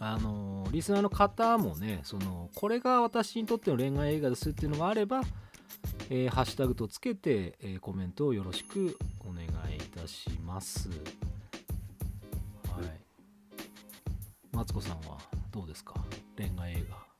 リスナーの方もね、これが私にとっての恋愛映画ですっていうのがあれば、ハッシュタグとつけて、コメントをよろしくお願いいたします。はい。マツコさんはどうですか、恋愛映画。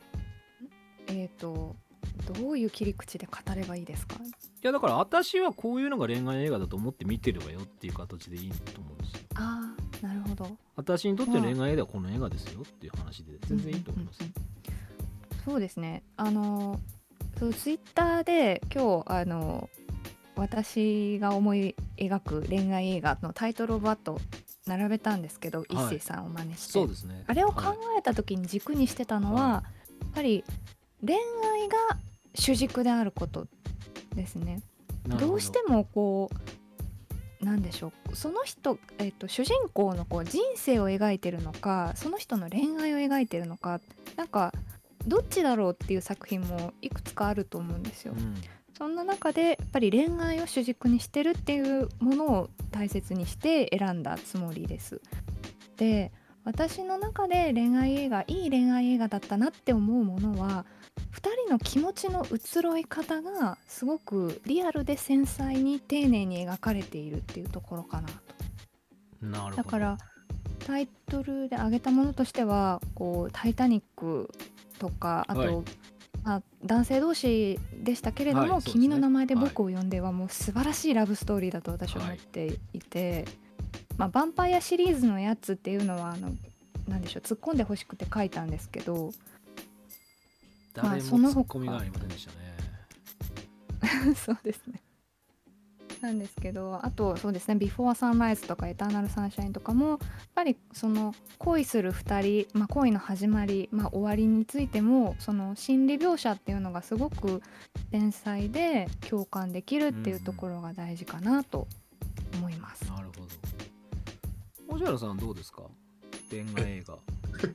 どういう切り口で語ればいいですか？ いやだから私はこういうのが恋愛映画だと思って見てればよっていう形でいいと思うんですよ。 ああ、なるほど。 私にとっての恋愛映画はこの映画ですよっていう話で全然いいと思います。 そうですね。そうツイッターで今日私が思い描く恋愛映画のタイトルをバッと並べたんですけど、一星さんを真似して、 そうですね。 あれを考えた時に軸にしてたのは、やっぱり恋愛が主軸であることですね。どうしてもこうなんでしょう、その人、主人公のこう人生を描いてるのか、その人の恋愛を描いてるのか、なんかどっちだろうっていう作品もいくつかあると思うんですよ。そんな中でやっぱり恋愛を主軸にしてるっていうものを大切にして選んだつもりです。で、私の中で恋愛映画、いい恋愛映画だったなって思うものは、2人の気持ちの移ろい方がすごくリアルで繊細に丁寧に描かれているっていうところかなと。 なるほど。 だからタイトルで挙げたものとしてはこうタイタニックとか、あと、男性同士でしたけれども、君の名前で僕を呼んではもう素晴らしいラブストーリーだと私は思っていて、ヴァンパイアシリーズのやつっていうのはなんでしょう、突っ込んでほしくて書いたんですけど、 誰も突っ込みがありませんでしたね。そうですね。なんですけど、あとそうですね、ビフォーサンライズとかエターナルサンシャインとかもやっぱりその恋する2人、恋の始まり、終わりについてもその心理描写っていうのがすごく繊細で共感できるっていうところが大事かなと思います。 なるほど。星原さんどうですか、恋愛映画。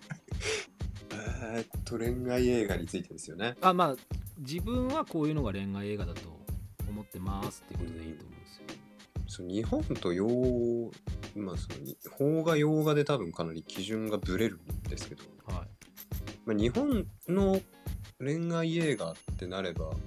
恋愛映画についてですよね。 自分はこういうのが恋愛映画だと思ってますってことでいいと思うんですよ。 日本と邦画洋画で多分かなり基準がブレるんですけど、日本の恋愛映画ってなれば、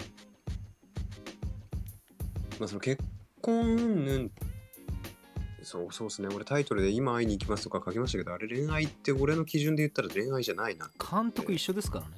その結婚云々、そうですね、俺タイトルで今会いに行きますとか書きましたけど、あれ恋愛って俺の基準で言ったら恋愛じゃないな。 監督一緒ですからね。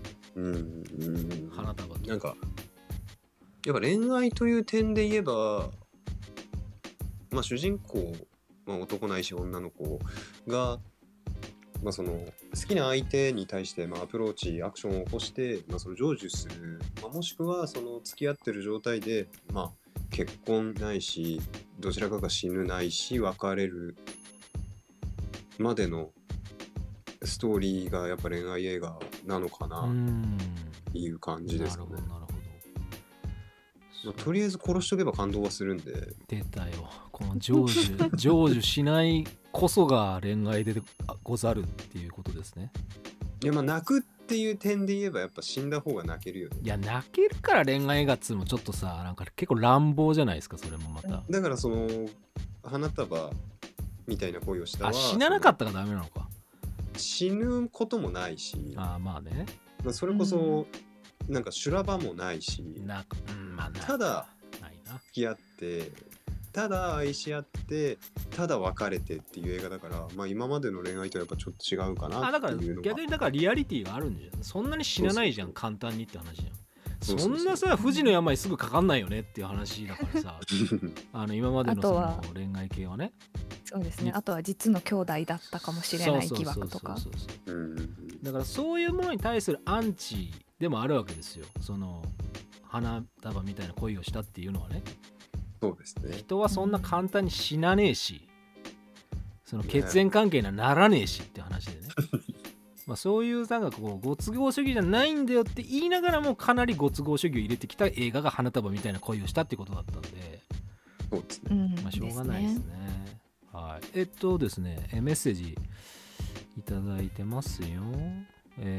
花束なんかやっぱ恋愛という点で言えば、主人公、男ないし女の子が、その好きな相手に対して、アプローチアクションを起こして、それを成就する、もしくはその付き合ってる状態で、結婚ないしどちらかが死ぬないし別れるまでのストーリーがやっぱ恋愛映画なのかなっていう感じですね。 なるほど。 とりあえず殺しとけば感動はするんで。 出たよ、この成就しないこそが恋愛でござるっていうことですね。 いや泣くっていう点で言えばやっぱ死んだ方が泣けるよね。 いや泣けるから恋愛映画っつうのもちょっとさ、なんか結構乱暴じゃないですか、それもまた。 だからその花束みたいな恋をしたは死ななかったらダメなのか。 死ぬこともないし、それこそなんか修羅場もないし、ただ付き合ってただ愛し合ってただ別れてっていう映画だから、今までの恋愛とはやっぱちょっと違うかなっていうのが。 逆にだからリアリティがあるんじゃん。そんなに死なないじゃん、簡単にって話じゃん。そんなさ不治の病すぐかかんないよねっていう話だからさ今までのその恋愛系はね。 そうですね。あとは実の兄弟だったかもしれない疑惑とか。 だからそういうものに対するアンチでもあるわけですよ。その花束みたいな恋をしたっていうのはね。 そうですね。 人はそんな簡単に死なねえし、その血縁関係にはならねえしって話でねそういうなんかこうご都合主義じゃないんだよって言いながらもかなりご都合主義を入れてきた映画が花束みたいな恋をしたってことだったんで、 そうですね。 しょうがないですね。はい。ですね、メッセージいただいてますよ。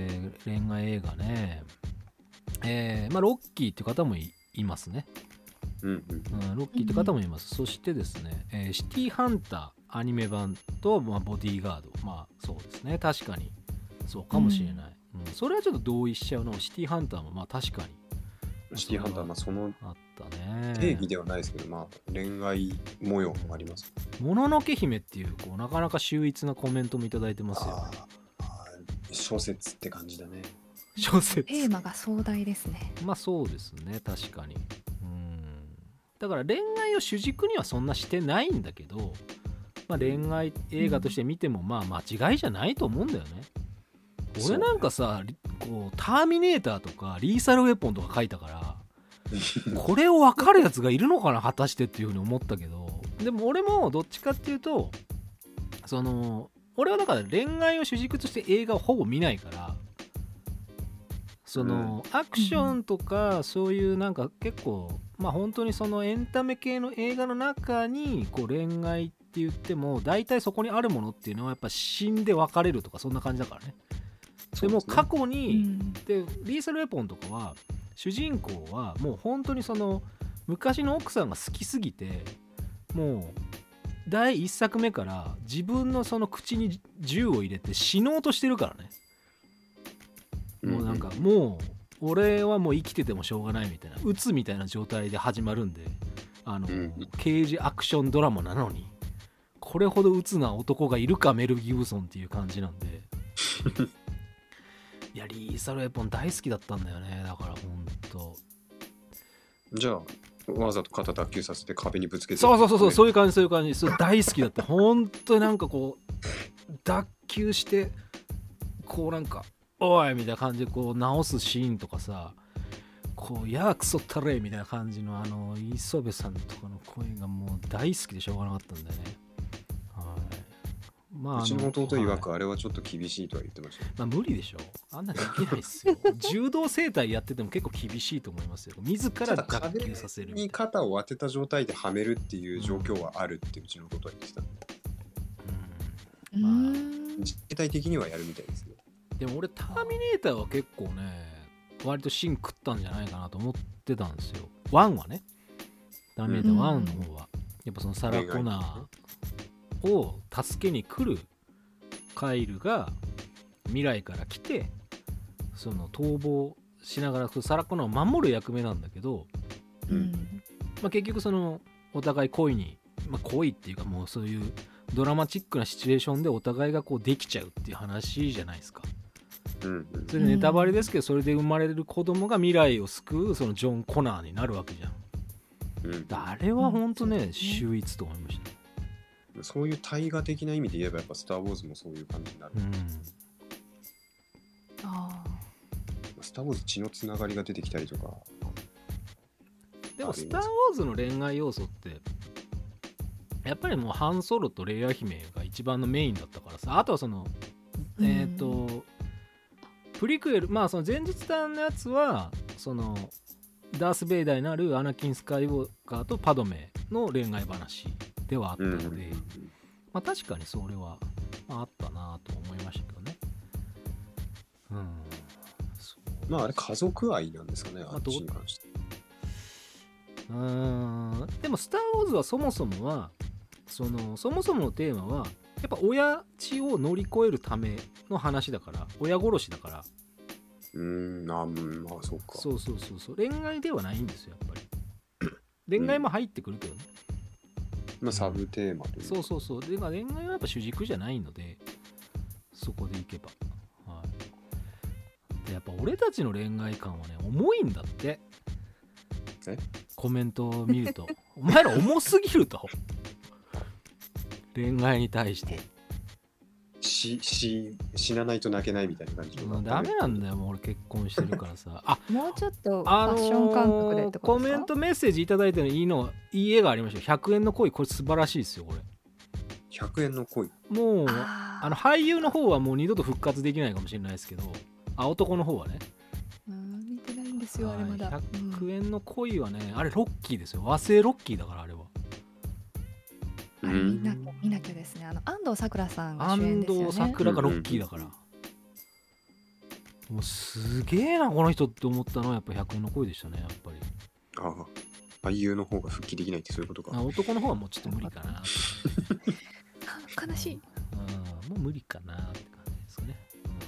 恋愛映画ね。ロッキーっていう方もいますね。 うんうんロッキーって方もいます。そしてですね、シティハンターアニメ版と、ボディーガード、そうですね、確かにそうかもしれない、それはちょっと同意しちゃうの。シティハンターも確かにシティハンター、そのあったね。 定義ではないですけど、恋愛模様もあります。 もののけ姫っていうなかなか秀逸なコメントもいただいてますよ。 小説って感じだね。 小説テーマが壮大ですね。 そうですね、確かに。だから恋愛を主軸にはそんなしてないんだけど、恋愛映画として見ても間違いじゃないと思うんだよね。俺なんかさ、ターミネーターとかリーサルウェポンとか書いたからこれを分かるやつがいるのかな果たしてっていうふうに思ったけど、でも俺もどっちかっていうと俺はだから恋愛を主軸として映画をほぼ見ないから、アクションとかそういうなんか結構本当にそのエンタメ系の映画の中に恋愛って言っても大体そこにあるものっていうのはやっぱ死んで別れるとかそんな感じだからね。でも過去に、でリーサルウェポンとかは主人公はもう本当に昔の奥さんが好きすぎて、もう第1作目から自分の口に銃を入れて死のうとしてるからね。もうなんかもう俺はもう生きててもしょうがないみたいな、鬱みたいな状態で始まるんで、刑事アクションドラマなのにこれほど鬱な男がいるかメル・ギブソンっていう感じなんでいやリーサルウェポン大好きだったんだよね。だからほんとじゃあわざと肩脱臼させて壁にぶつけて、 そういう感じ、そう大好きだった。本当になんか脱臼してなんかおいみたいな感じで直すシーンとかさ、やークソったれみたいな感じの磯部さんとかの声がもう大好きでしょうがなかったんだよね。 うちの弟曰くあれはちょっと厳しいとは言ってました。 無理でしょ、あんなできないっすよ柔道整体やってても結構厳しいと思いますよ。自ら脱臼させるみたいな。 に肩を当てた状態ではめるっていう状況はあるってうちの弟は言ってた。実体的にはやるみたいですね。でも俺ターミネーターは結構ね割と芯食ったんじゃないかなと思ってたんですよ。1はね、ターミネーター1の方はやっぱサラ・コナーを助けに来るカイルが未来から来て逃亡しながらサラ・コナーを守る役目なんだけど、結局お互い恋に、恋っていうかもうそういうドラマチックなシチュエーションでお互いができちゃうっていう話じゃないですか。それネタバレですけど、それで生まれる子供が未来を救うジョン・コナーになるわけじゃん。あれは本当ね、秀逸と思いました。 そういう大河的な意味で言えばやっぱスター・ウォーズもそういう感じになる。スター・ウォーズ血のつながりが出てきたりとか。 でもスター・ウォーズの恋愛要素ってやっぱりもうハンソロとレイヤ姫が一番のメインだったからさ。あとはプリクエル、その前日談のやつはダース・ベイダーになるアナキン・スカイウォーカーとパドメの恋愛話ではあったので、確かにそれはあったなと思いましたけどね。 あれ家族愛なんですかね、あっちに関して。 でもスター・ウォーズはそもそもはそもそものテーマはやっぱ親血を乗り越えるための話だから、親殺しだから。 そうか。 そう恋愛ではないんですよ、やっぱり。恋愛も入ってくるけどね。 サブテーマというか。 そうで、恋愛はやっぱ主軸じゃないので、そこでいけば。でやっぱ俺たちの恋愛観はね重いんだって。コメントを見るとお前ら重すぎると恋愛に対して死なないと泣けないみたいな感じ。 ダメなんだよ、もう俺結婚してるからさ。 もうちょっとファッション感覚でってことですか。 コメントメッセージいただいたのいい絵がありましたよ。100円の恋、これ素晴らしいですよ。これ 100円の恋、 もう俳優の方はもう二度と復活できないかもしれないですけど、男の方はね。 見てないんですよ、あれまだ。 100円の恋はね、あれロッキーですよ。和製ロッキーだから、あれは。 見なきゃですね。安藤サクラさんが主演ですよね。 安藤サクラがロッキーだから、もうすげえなこの人って思ったのはやっぱ100円の恋でしたね、やっぱり。 俳優の方が復帰できないってそういうことか。 男の方はもうちょっと無理かな。 悲しい。 もう無理かなって感じですかね。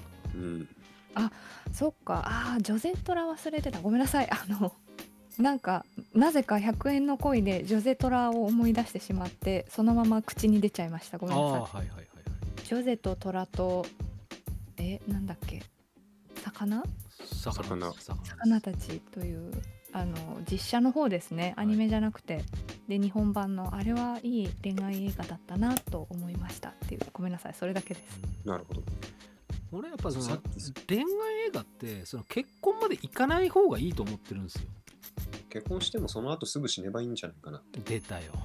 そっか。ジョゼトラ忘れてた。ごめんなさい。なんかなぜか100円の恋でジョゼトラを思い出してしまってそのまま口に出ちゃいました。ごめんなさい。 はいはいはいはい。 ジョゼとトラとなんだっけ、魚たちという実写の方ですね。アニメじゃなくて、で日本版のあれはいい恋愛映画だったなと思いましたっていう。ごめんなさい、それだけです。 なるほど。 俺やっぱその恋愛映画ってその結婚までいかない方がいいと思ってるんですよ。 結婚してもその後すぐ死ねばいいんじゃないかなって。 出たよ。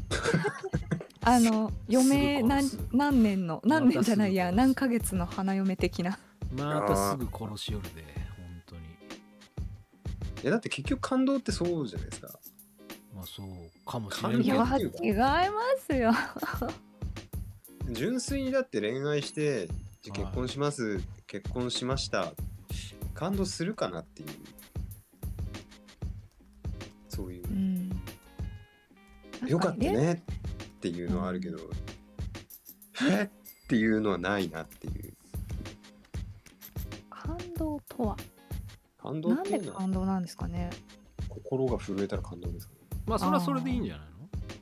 余命何年じゃないや、何ヶ月の花嫁的な。 またすぐ殺しよるで、本当に。 いやだって結局感動ってそうじゃないですか。 まあそうかもしれないけど。 いや違いますよ。 純粋にだって恋愛して結婚します、結婚しました、感動するかなっていう、そういう、よかったねっていうのはあるけど、っていうのはないなっていう。 感動とは感動っていうのはなんで感動なんですかね。 心が震えたら感動ですかね。 まあそれはそれでいいんじゃないの。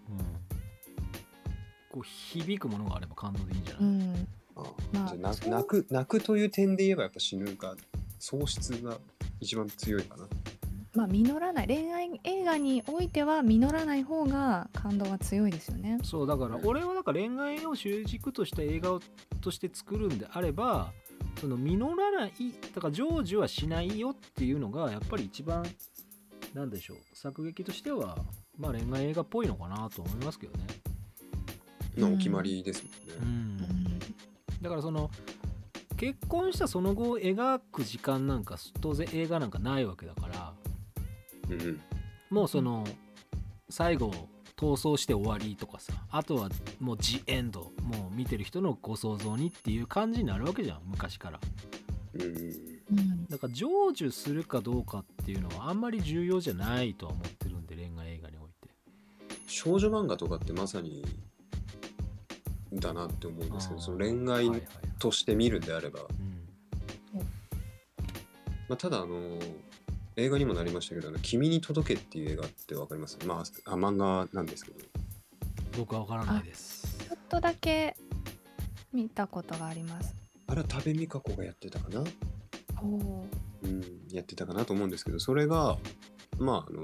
こう響くものがあれば感動でいいんじゃない。 じゃあ泣くという点で言えばやっぱ死ぬか喪失が一番強いかな。 まあ実らない、恋愛映画においては実らない方が感動は強いですよね。 そうだから俺はだから恋愛を主軸とした映画として作るんであれば、その実らないだから成就はしないよっていうのがやっぱり一番なんでしょう、作劇としてはまあ恋愛映画っぽいのかなと思いますけどね。 お決まりですもんね。 だからその結婚したその後を描く時間なんか当然映画なんかないわけだから、もうその最後逃走して終わりとかさ、あとはもうジエンド、もう見てる人のご想像にっていう感じになるわけじゃん昔から。だから成就するかどうかっていうのはあんまり重要じゃないとは思ってるんで、恋愛映画において。少女漫画とかってまさにだなって思うんですけど、その恋愛として見るんであれば、まあ、ただ映画にもなりましたけど、君に届けっていう映画ってわかります？まあ漫画なんですけど。 僕はわからないです。 ちょっとだけ見たことがあります。 あれは多部未華子がやってたかな。やってたかなと思うんですけど、それがまあ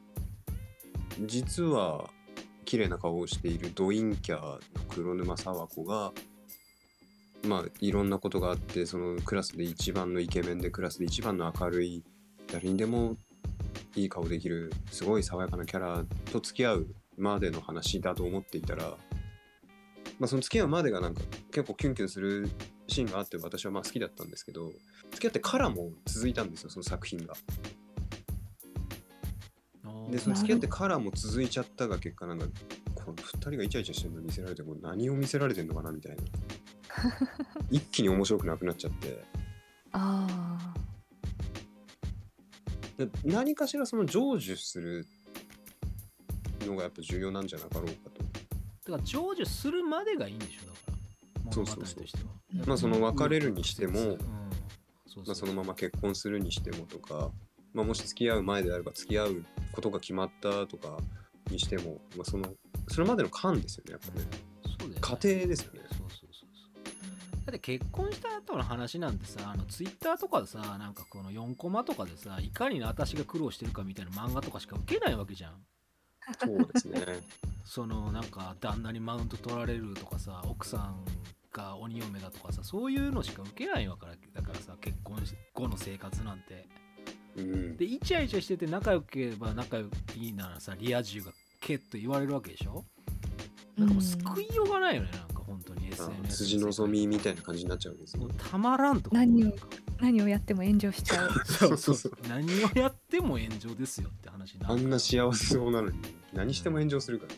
実は綺麗な顔をしているド陰キャの黒沼佐和子が、まあいろんなことがあって、そのクラスで一番のイケメンでクラスで一番の明るい、誰にでもいい顔できるすごい爽やかなキャラと付き合うまでの話だと思っていたら、まあその付き合うまでがなんか結構キュンキュンするシーンがあって、私はまあ好きだったんですけど、付き合ってからも続いたんですよ、その作品が。でその付き合ってからも続いちゃったが結果、なんかこの2人がイチャイチャしてるの見せられて、これ何を見せられてんのかなみたいな一気に面白くなくなっちゃって、何かしらその成就するのがやっぱ重要なんじゃなかろうかと。 だから成就するまでがいいんでしょ、だから物語としては。 まあその別れるにしても、まあそのまま結婚するにしてもとか、まあもし付き合う前であれば付き合うことが決まったとかにしても、まあそれまでの間ですよね、やっぱね。そうだよね。過程ですよね。だって結婚した後の話なんてさ、ツイッターとかでさ、なんかこの4コマとかでさ、いかに私が苦労してるかみたいな漫画とかしか受けないわけじゃん。そうですね。そのなんか旦那にマウント取られるとかさ、奥さんが鬼嫁だとかさ、そういうのしか受けないわけだからさ、結婚後の生活なんて。でイチャイチャしてて仲良ければ仲良いいならさ、リア充がケッと言われるわけでしょ。なんかもう救いようがないよね、なんか本当に SNS 辻望みみたいな感じになっちゃうんですよ。たまらんとか。 何をやっても炎上しちゃう。 そう何をやっても炎上ですよって話になる。 あんな幸せそうなのに何しても炎上するから。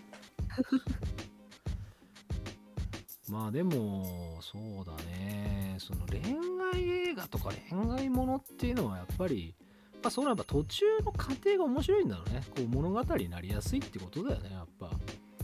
まあでもそうだね、その恋愛映画とか恋愛ものっていうのはやっぱりぱそのやっぱ途中の過程が面白いんだろうね。こう物語になりやすいってことだよねやっぱ。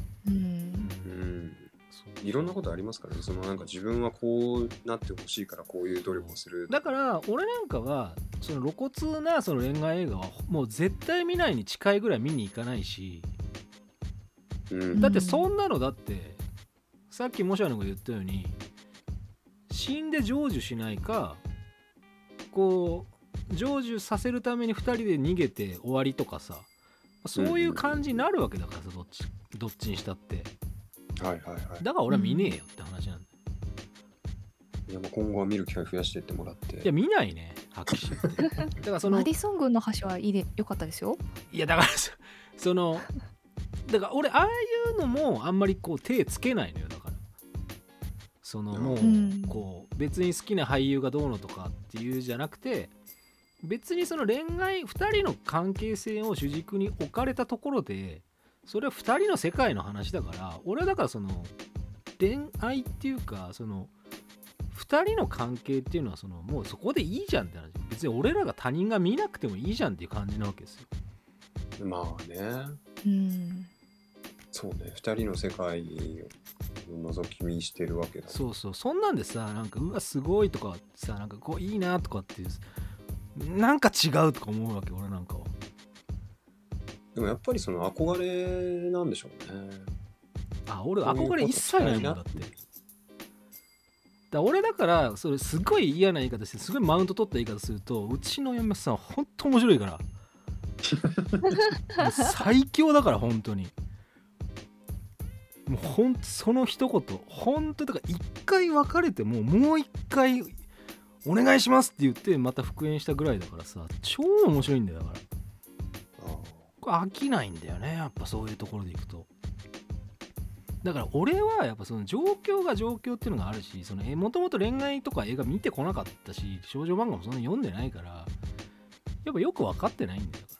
いろんなことありますからね。そのなんか自分はこうなってほしいからこういう努力をする。 だから俺なんかはその露骨なその恋愛映画はもう絶対見ないに近いぐらい見に行かないし、だってそんなのだってさっきモシャのが言ったように死んで成就しないかこう成就させるために2人で逃げて終わりとかさ、そういう感じになるわけだからさ、どっちにしたって。 はいはいはい。 だから俺は見ねえよって話なんだよ。 いやもう今後は見る機会増やしていってもらって。 いや見ないねはっきり言って。だからそのマディソン軍の橋はいいでよかったですよ。 いやだからそのだから俺ああいうのもあんまりこう手つけないのよ。だからそのもうこう別に好きな俳優がどうのとかっていうじゃなくて、別にその恋愛2人の関係性を主軸に置かれたところでそれは2人の世界の話だから、俺はだからその恋愛っていうかその2人の関係っていうのはそのもうそこでいいじゃんって話。別に俺らが他人が見なくてもいいじゃんっていう感じなわけですよ。 まあね。そうね。2人の世界を覗き見してるわけだ。 そうそう。そんなんでさ、なんかうわすごいとかさ、なんかこういいなとかっていうなんか違うとか思うわけ俺なんかは。 でもやっぱりその憧れなんでしょうね。 あ、俺憧れ一切ないもんだって。俺だからそれすごい嫌な言い方してすごいマウント取った言い方すると、うちの嫁さんほんと面白いからもう最強だから本当に。もうほんとその一言本当だから一回別れてももう一回お願いしますって言ってまた復縁したぐらいだからさ、超面白いんだよ。だからこれ飽きないんだよねやっぱそういうところでいくと。だから俺はやっぱその状況が状況っていうのがあるし、そのもともと恋愛とか映画見てこなかったし少女漫画もそんな読んでないからやっぱよく分かってないんだよ。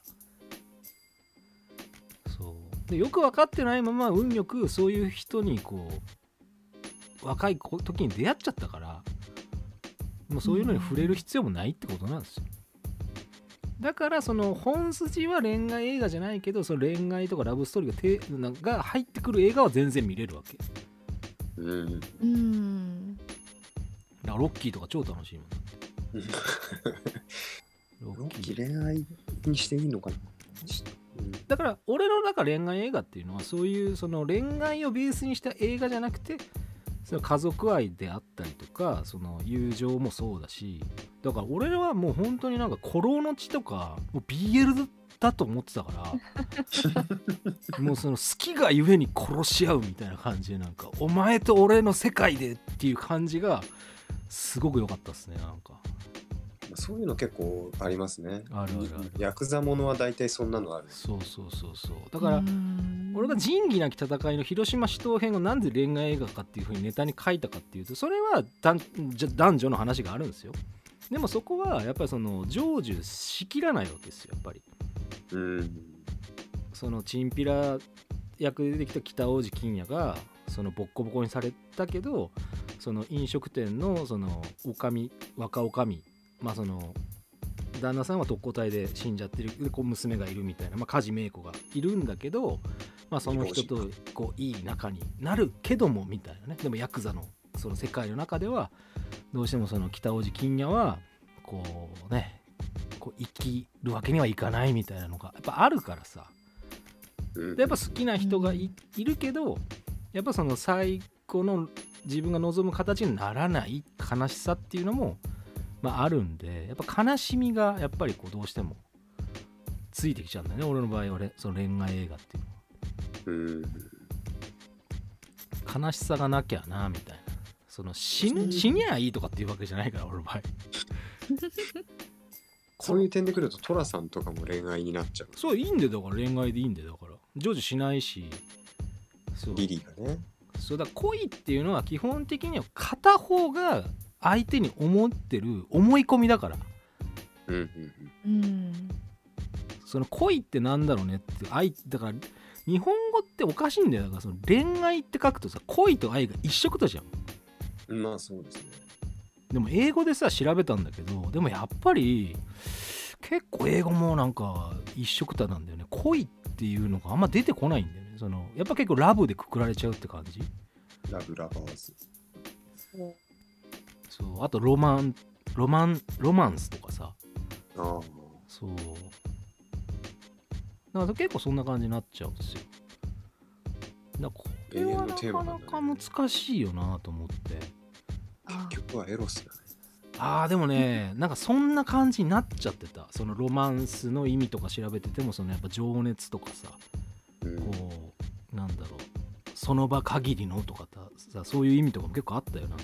そうでよく分かってないまま運よくそういう人にこう若い時に出会っちゃったから、もうそういうのに触れる必要もないってことなんですよ。だからその本筋は恋愛映画じゃないけど、その恋愛とかラブストーリーが入ってくる映画は全然見れるわけ。だからロッキーとか超楽しいもんだって。 ロッキー恋愛にしていいのかな。 だから俺の中恋愛映画っていうのはそういうその恋愛をベースにした映画じゃなくて、その家族愛であったりとかその友情もそうだし、だから俺はもう本当になんか古老の地とかもう BL だと思ってたからもうその好きがゆえに殺し合うみたいな感じで、なんかお前と俺の世界でっていう感じがすごく良かったですね。なんかそういうの結構ありますね。 あるあるある。 ヤクザものは大体そんなのある。 そうだから俺が仁義なき戦いの広島市東編をなんで恋愛映画かっていう風にネタに書いたかっていうと、それは男女の話があるんですよ。でもそこはやっぱりその成就しきらないわけですよやっぱり。そのチンピラ役で出てきた北大路欣也がそのボッコボコにされたけど、その飲食店のその若女将、まあその旦那さんは特攻隊で死んじゃってる、でこう娘がいるみたいな、まあ、梶芽子がいるんだけど、まあ、その人とこういい仲になるけどもみたいなね。でもヤクザのその世界の中ではどうしてもその北大路欣也はこうねこう生きるわけにはいかないみたいなのがやっぱあるからさ。でやっぱ好きな人が いるけど、やっぱその最後の自分が望む形にならない悲しさっていうのもまああるんで、やっぱ悲しみがやっぱりこうどうしてもついてきちゃうんだよね俺の場合は。その恋愛映画っていうのは悲しさがなきゃなみたいな、その死にゃいいとかっていうわけじゃないから俺の場合そういう点でくるとトラさんとかも恋愛になっちゃう。 そういいんだよ、だから恋愛でいいんだよ。だから成就しないし、そうリリーがね、 そうだ恋っていうのは基本的には片方が相手に思ってる思い込みだから。その恋ってなんだろうねってだから日本語っておかしいんだよ。だからその恋愛って書くとさ恋と愛が一緒だじゃん。 まあそうですね。 でも英語でさ調べたんだけど、でもやっぱり結構英語もなんか一緒くたなんだよね。恋っていうのがあんま出てこないんだよね。そのやっぱ結構ラブでくくられちゃうって感じ。 ラブラバーズ。 そうあとロマンスとかさ。 ああ。 そうなんか結構そんな感じになっちゃうんですよ。だからこれはなかなか難しいよなと思って。 結局はエロスだね。 あーでもねなんかそんな感じになっちゃってた。そのロマンスの意味とか調べててもそのやっぱ情熱とかさ、こうなんだろうその場限りのとかさそういう意味とかも結構あったよなんか。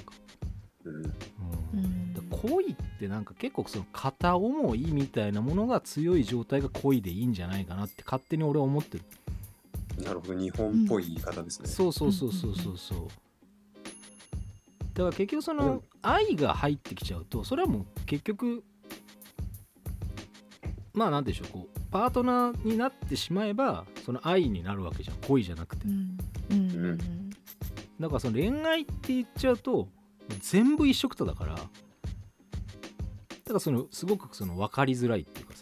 恋ってなんか結構その片思いみたいなものが強い状態が恋でいいんじゃないかなって勝手に俺は思ってる。 なるほど日本っぽい言い方ですね。 そうだから結局その愛が入ってきちゃうとそれはもう結局まあなんでしょうこうパートナーになってしまえばその愛になるわけじゃん恋じゃなくて。だからその恋愛って言っちゃうと全部一緒くただからだからそのすごくその分かりづらいっていうかさ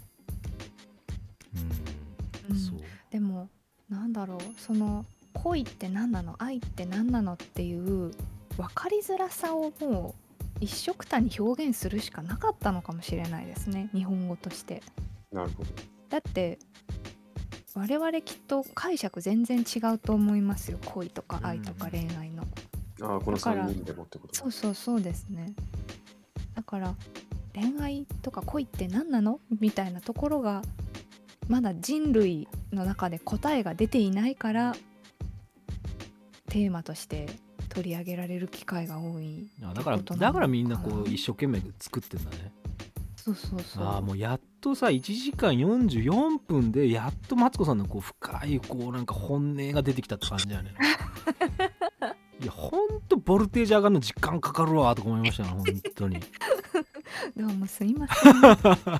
そうでもなんだろうその恋って何なの愛って何なのっていう分かりづらさをもう一緒くたに表現するしかなかったのかもしれないですね日本語として。 なるほど。 だって我々きっと解釈全然違うと思いますよ恋とか愛とか恋愛の。 ああこの3人でもってこと。 そうですね。だから恋愛とか恋って何なのみたいなところがまだ人類の中で答えが出ていないからテーマとして取り上げられる機会が多い。 だからみんなこう一生懸命作ってんだね。 そうああもうやっとさ1時間44分でやっとマツコさんのこう深いこうなんか本音が出てきたって感じだよね。いやほんとボルテージ上がるの時間かかるわとか思いましたね本当に。 どうもすいません。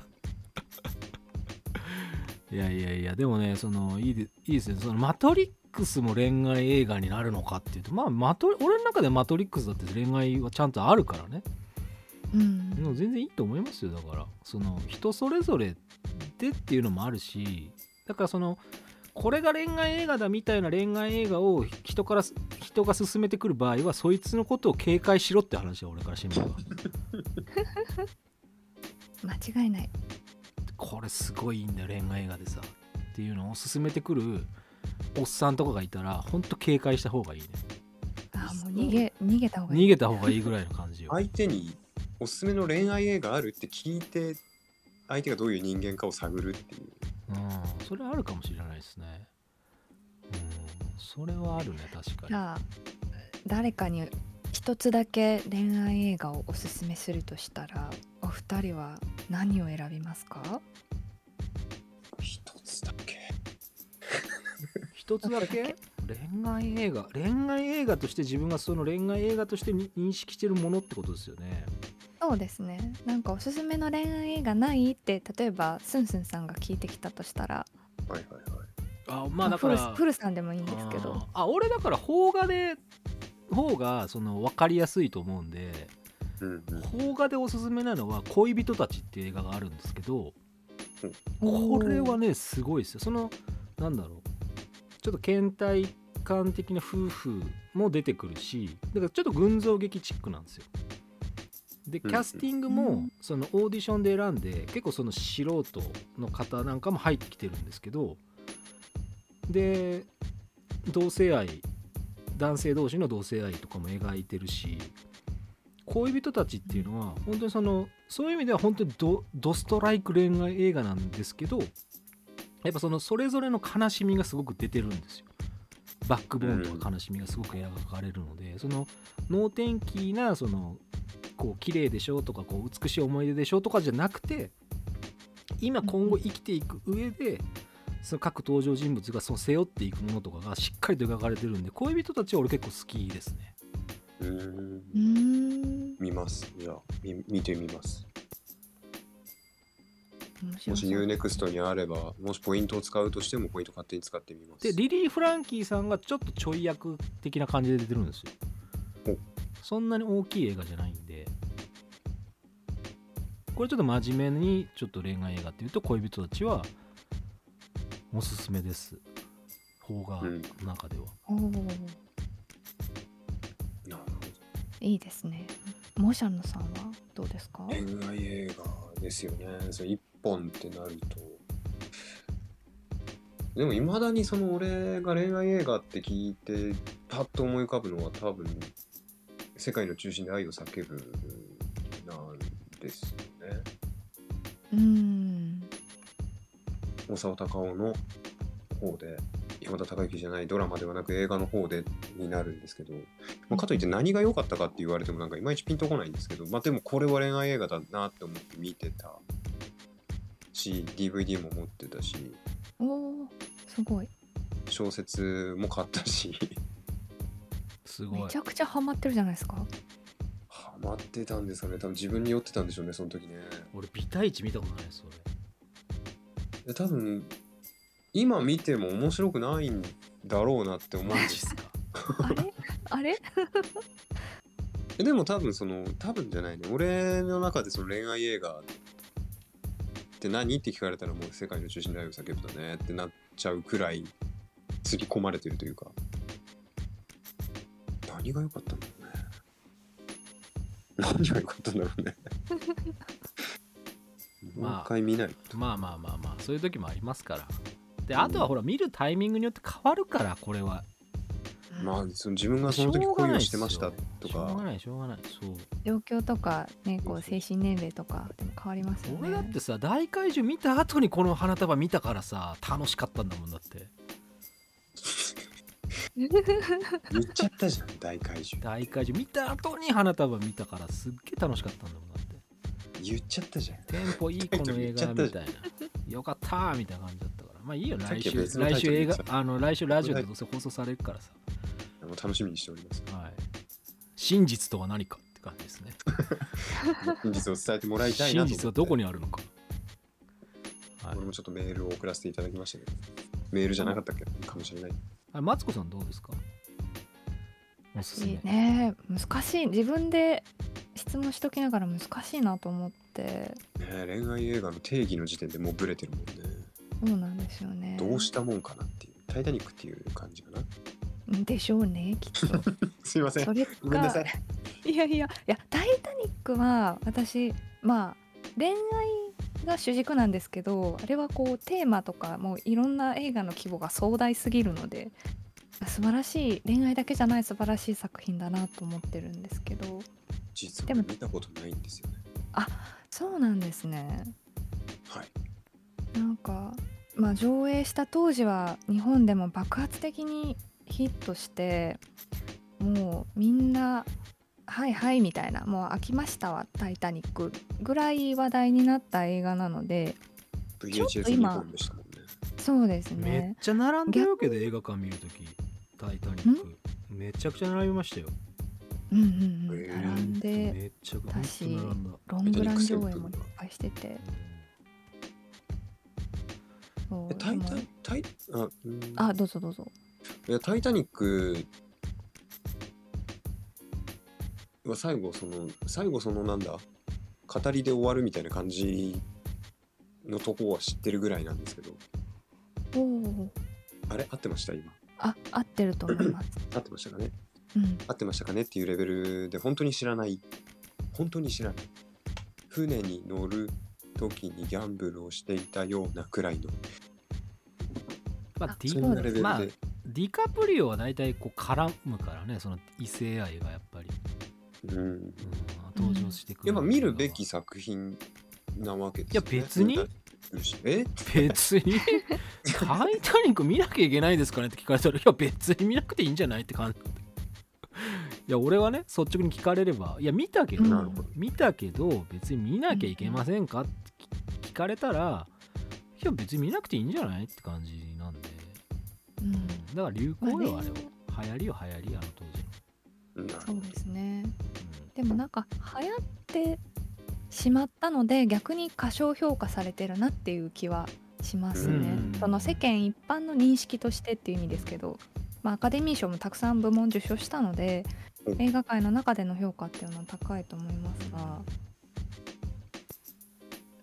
いやでもねそのいいですね。そのマトリックスも恋愛映画になるのかっていうとまあ俺の中でマトリックスだって恋愛はちゃんとあるからね。でも全然いいと思いますよ。だからその人それぞれでっていうのもあるしだからそのこれが恋愛映画だみたいな恋愛映画を人が勧めてくる場合はそいつのことを警戒しろって話は俺からしてみれば間違いない。これすごいいいんだよ恋愛映画でさっていうのを勧めてくるおっさんとかがいたらほんと警戒した方がいいね。 もう逃げた方がいい。 逃げた方がいいぐらいの感じよ。 相手におすすめの恋愛映画あるって聞いて相手がどういう人間かを探るっていう。 それあるかもしれないですね。それはあるね確かに。 じゃあ誰かに一つだけ恋愛映画をおすすめするとしたらお二人は何を選びますか？ 一つだけ一つだけ恋愛映画として自分がその恋愛映画として認識してるものってことですよね。 そうですね。なんかおすすめの恋愛映画ないって例えばスンスンさんが聞いてきたとしたらまあだからフルさんでもいいんですけど俺だから邦画で方がその分かりやすいと思うんで、邦画でおすすめなのは恋人たちっていう映画があるんですけど、これはねすごいですよ。そのなんだろうちょっと倦怠感的な夫婦も出てくるしだからちょっと群像劇チックなんですよ。でキャスティングもそのオーディションで選んで結構その素人の方なんかも入ってきてるんですけどで同性愛男性同士の同性愛とかも描いてるし恋人たちっていうのは本当にそういう意味では本当にドストライク恋愛映画なんですけどやっぱそれぞれの悲しみがすごく出てるんですよ。バックボーンとか悲しみがすごく描かれるのでその能天気なこう綺麗でしょとかこう美しい思い出でしょとかじゃなくて今後生きていく上でその各登場人物が背負っていくものとかがしっかりと描かれてるんで恋人たちは俺結構好きですね。 見ます。じゃあ見てみます。もし UNEXT にあればもしポイントを使うとしてもポイント勝手に使ってみます。 でリリー・フランキーさんがちょっとちょい役的な感じで出てるんですよ。そんなに大きい映画じゃないんでこれちょっと真面目にちょっと恋愛映画っていうと恋人たちはおすすめです。邦画の中では。 おお、 なるほど。 いいですね。モーシャンヌさんはどうですか？ 恋愛映画ですよね。それ一本ってなると。でもいまだにその俺が恋愛映画って聞いてパッと思い浮かぶのは多分世界の中心で愛を叫ぶなんですよね。大沢たかおの方で、山田孝之じゃないドラマではなく映画の方でになるんですけど、まあ、かといって何が良かったかって言われてもなんかいまいちピンとこないんですけど、まあでもこれは恋愛映画だなって思って見てたし、DVD も持ってたし、 おお、すごい。 小説も買ったしすごい。 めちゃくちゃハマってるじゃないですか。 ハマってたんですかね。多分自分に酔ってたんでしょうね、その時ね。 俺ビタイチ見たことないですで多分今見ても面白くないんだろうなって思うんマです。 ジっすか。 あれあれでも多分多分じゃないね。俺の中でその恋愛映画って何って聞かれたらもう世界の中心で愛を叫ぶだねってなっちゃうくらい刷り込まれてるというか。何が良かったんだろうね。何が良かったんだろうね。もう一回見ないと。 まあそういう時もありますから。であとはほら見るタイミングによって変わるから、これはまあその自分がその時恋をしてましたとしょうがか。 ないしょうがない。そう状況とかね、こう精神年齢とかでも変わりますよね。 俺だってさ、大怪獣見た後にこの花束見たからさ楽しかったんだもん。だって言っちゃったじゃん、大怪獣。 大怪獣見た後に花束見たからすっげえ楽しかったんだもん。だって言っちゃったじゃん。 テンポいいこの映画みたいな、よかったーみたいな感じだったから。まあいいよ、 さっ来週きは別のタイ来週映画トルでさ来週ラジオでどうせ放送されるからさ、 もう楽しみにしております。 はい、真実とは何かって感じですね。 真実を伝えてもらいたいなと思って。 真実はどこにあるのか。はい、 俺もちょっとメールを送らせていただきましたけど、メールじゃなかったっけかもしれない。 マツコさんどうですか？おすすめ。 ね、難しい。自分で質問しときながら難しいなと思って。 ねえ、恋愛映画の定義の時点でもうブレてるもんね。 そうなんですよね。 どうしたもんかなっていう。タイタニックっていう感じかな。 でしょうね、きっと。 すいません。 それかごめんなさい。 いや、タイタニックは私、まあ恋愛が主軸なんですけど、あれはこうテーマとかもういろんな映画の規模が壮大すぎるので、素晴らしい、恋愛だけじゃない素晴らしい作品だなと思ってるんですけど。 実はでも見たことないんですよね。 そうなんですね。 はい。 なんかまあ上映した当時は日本でも爆発的にヒットして、もうみんなはいはいみたいな、もう飽きましたわタイタニックぐらい話題になった映画なので。ちょっ VHS と今日本でしたもんね。 そうですめっね。 ちゃ並んでるけど映画館見るときタイタニックめちゃくちゃ並びましたよ。 並んでめっちゃくちゃだし、 並んだ。 ロングラン上映もいっぱいしてて。そうタイでもタイどうぞどうぞ。 いやタイタニックは最後そのなんだ語りで終わるみたいな感じのとこは知ってるぐらいなんですけど、 おお、 あれ合ってました今？ 合ってると思います。 合ってましたかね？ うん合ってましたかねっていうレベルで本当に知らない船に乗る時にギャンブルをしていたようなくらいのまあそんなレベルで、 まあディカプリオは大体こう絡むからね、その異性愛がやっぱり、登場してくる。 やっぱ見るべき作品なわけですよね。 いや別に別にタイタニック見なきゃいけないですかねって聞かれたら、いや別に見なくていいんじゃないって感じ。いや俺はね率直に聞かれれば、いや見たけど別に見なきゃいけませんかって聞かれたら、いや別に見なくていいんじゃないって感じなんで、だから流行よ、あれは流行りよ、あの当時の。 そうですね。でもなんか流行ってしまったので逆に過小評価されてるなっていう気はしますね。その世間一般の認識としてっていう意味ですけど、まあ、アカデミー賞もたくさん部門受賞したので、映画界の中での評価っていうのは高いと思いますが、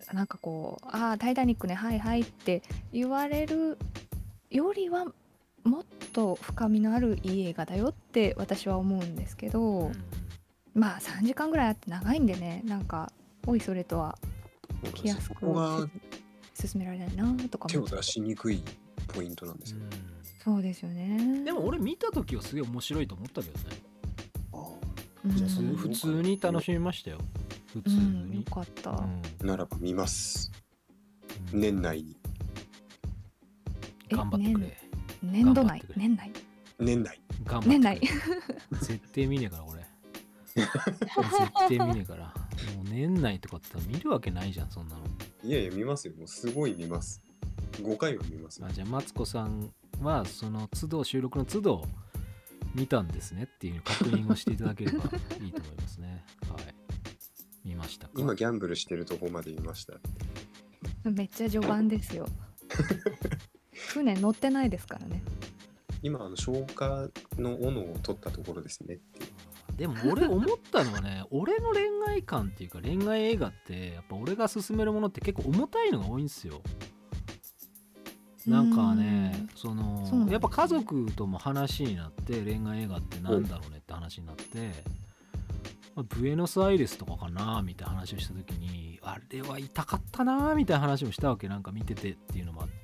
なんかこうタイタニックねはいはいって言われるよりはもっと深みのあるいい映画だよって私は思うんですけど、まあ3時間ぐらいあって長いんでね、なんかおいそれとは気安くそこが進められないなとか手を思っちゃう。 出しにくいポイントなんですよ。 そうですよね。 でも俺見た時はすげえ面白いと思ったけどね。 うんじゃあ普通に楽しみましたよ。普通に。 よかった。 ならば見ます。年内に。 頑張ってくれ。 年度内。年内。 年内。 頑張ってくれ。絶対見ねえから俺。絶対見ねえから。もう年内とかって見るわけないじゃんそんなの。 いやいや見ますよ。もうすごい見ます。5回は見ますよ。 じゃあマツコさんはその都度収録の都度見たんですねっていう確認をしていただければいいと思いますね。はい。見ましたか？ 今ギャンブルしてるとこまで見ました。 めっちゃ序盤ですよ。船乗ってないですからね。 今消化の斧を取ったところですね。 でも俺思ったのはね、俺の恋愛観っていうか恋愛映画ってやっぱ俺が勧めるものって結構重たいのが多いんですよ。なんかね、やっぱ家族とも話になって恋愛映画ってなんだろうねって話になって、ブエノスアイレスとかかなみたいな話をした時に、あれは痛かったなみたいな話をしたわけ、なんか見ててっていうのもあって、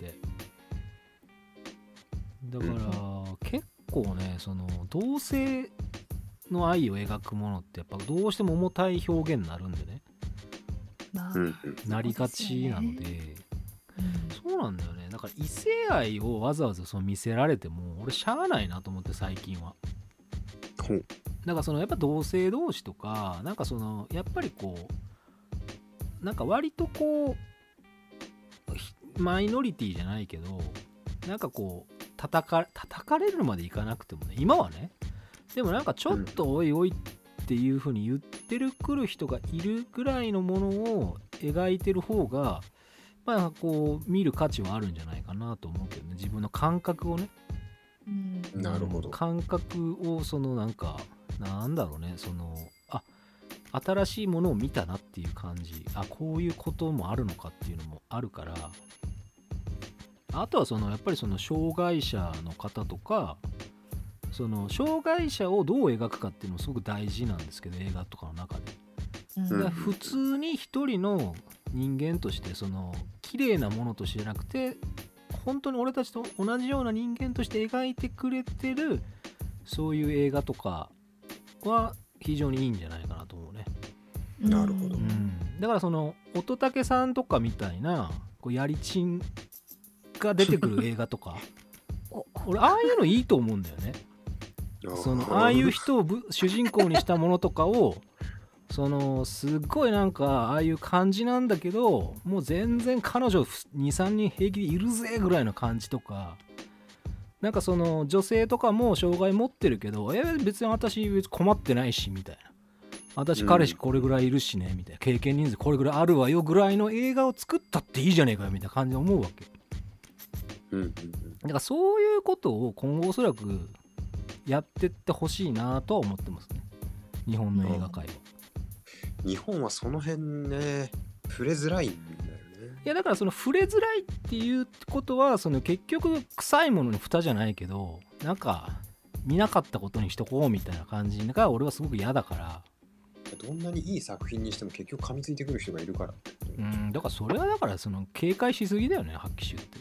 だから結構ね同性の愛を描くものってやっぱどうしても重たい表現になるんでね、なりがちなので、そうなんだよね。だから異性愛をわざわざ見せられても俺しゃあないなと思って最近は。だからやっぱ同性同士とかなんかやっぱりこうなんか割とこうマイノリティじゃないけどなんかこう叩かれるまでいかなくてもね、今はね、でもなんかちょっとおいおいっていう風に言ってくる人がいるぐらいのものを描いてる方がまあこう見る価値はあるんじゃないかなと思うけどね、自分の感覚をね、 なるほど、 感覚をなんかなんだろうね、新しいものを見たなっていう感じ、こういうこともあるのかっていうのもあるから、あとはやっぱり障害者の方とか障害者をどう描くかっていうのもすごく大事なんですけど、映画とかの中で、普通に一人の人間として綺麗なものとしてじゃなくて本当に俺たちと同じような人間として描いてくれてるそういう映画とかは非常にいいんじゃないかなと思うね。 なるほど、 だから乙武さんとかみたいなこうやりちんが出てくる映画とか俺ああいうのいいと思うんだよね。ああいう人を主人公にしたものとかをすっごいなんかああいう感じなんだけどもう全然彼女 2,3 人平気でいるぜぐらいの感じとか、なんか女性とかも障害持ってるけど別に私困ってないしみたいな、私彼氏これぐらいいるしねみたいな、経験人数これぐらいあるわよぐらいの映画を作ったっていいじゃねえかよみたいな感じで思うわけ。だからそういうことを今後おそらくやってってほしいなとは思ってますね、日本の映画界は。 日本はその辺ね触れづらいんだよね。 いやだから触れづらいっていうことは結局臭いものに蓋じゃないけどなんか見なかったことにしとこうみたいな感じが俺はすごく嫌だから。 どんなにいい作品にしても結局噛みついてくる人がいるから。 だからそれはだから警戒しすぎだよね、発揮集って。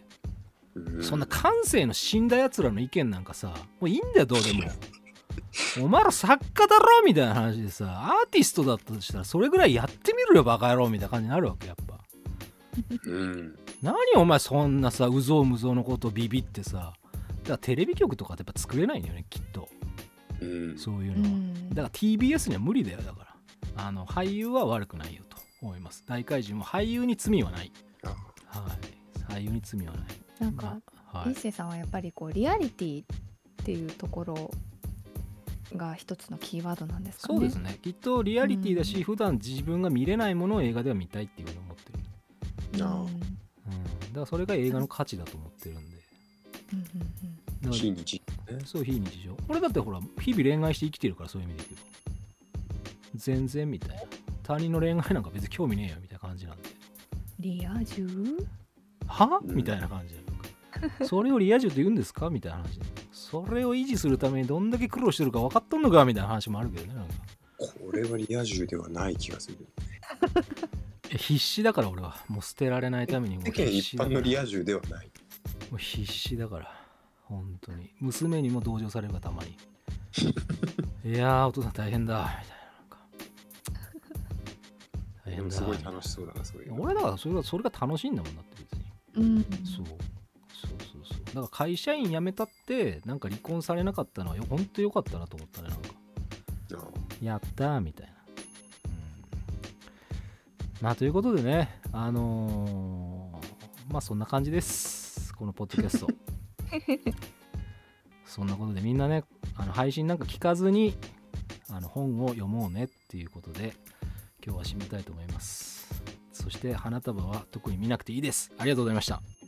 そんな感性の死んだやつらの意見なんかさもういいんだよどうでも。お前ら作家だろみたいな話でさ、アーティストだったとしたらそれぐらいやってみるよバカ野郎みたいな感じになるわけやっぱ。何お前そんなさうぞうむぞうのことビビってさ、だからテレビ局とかってやっぱ作れないんだよねきっと、そういうのは。だから TBS には無理だよ。だから俳優は悪くないよと思います。大怪獣も俳優に罪はない。俳優に罪はない。 なんか一世さんはやっぱりこうリアリティっていうところが一つのキーワードなんですかね。 そうですね、きっとリアリティだし、普段自分が見れないものを映画では見たいっていうふうに思ってる。だからそれが映画の価値だと思ってるんで。 非日常、 そう非日常。俺だってほら日々恋愛して生きてるから、そういう意味で言うと全然みたいな、他人の恋愛なんか別に興味ねえよみたいな感じなんで。 リア充はうんみたいな感じで、なんかそれをリア充って言うんですかみたいな話で、それを維持するためにどんだけ苦労してるか分かっとんのかみたいな話もあるけどね。なんかこれはリア充ではない気がする。 必死だから俺はもう捨てられないためにもう世間必一般死だから、 のリア充ではない。 もう必死だから本当に娘にも同情されるがたまにいやーお父さん大変だみたいな、なんか大変だでもすごい楽しそうだな、そういうの。 俺だからそれが楽しいんだもんだって別に。 うんそうだから会社員辞めたってなんか離婚されなかったのは本当良かったなと思ったね。なんかあやったーみたいな、まあということでね、まあそんな感じです、このポッドキャストそんなことでみんなね、配信なんか聞かずに本を読もうねっていうことで今日は締めたいと思います。そして花束は特に見なくていいです。ありがとうございました。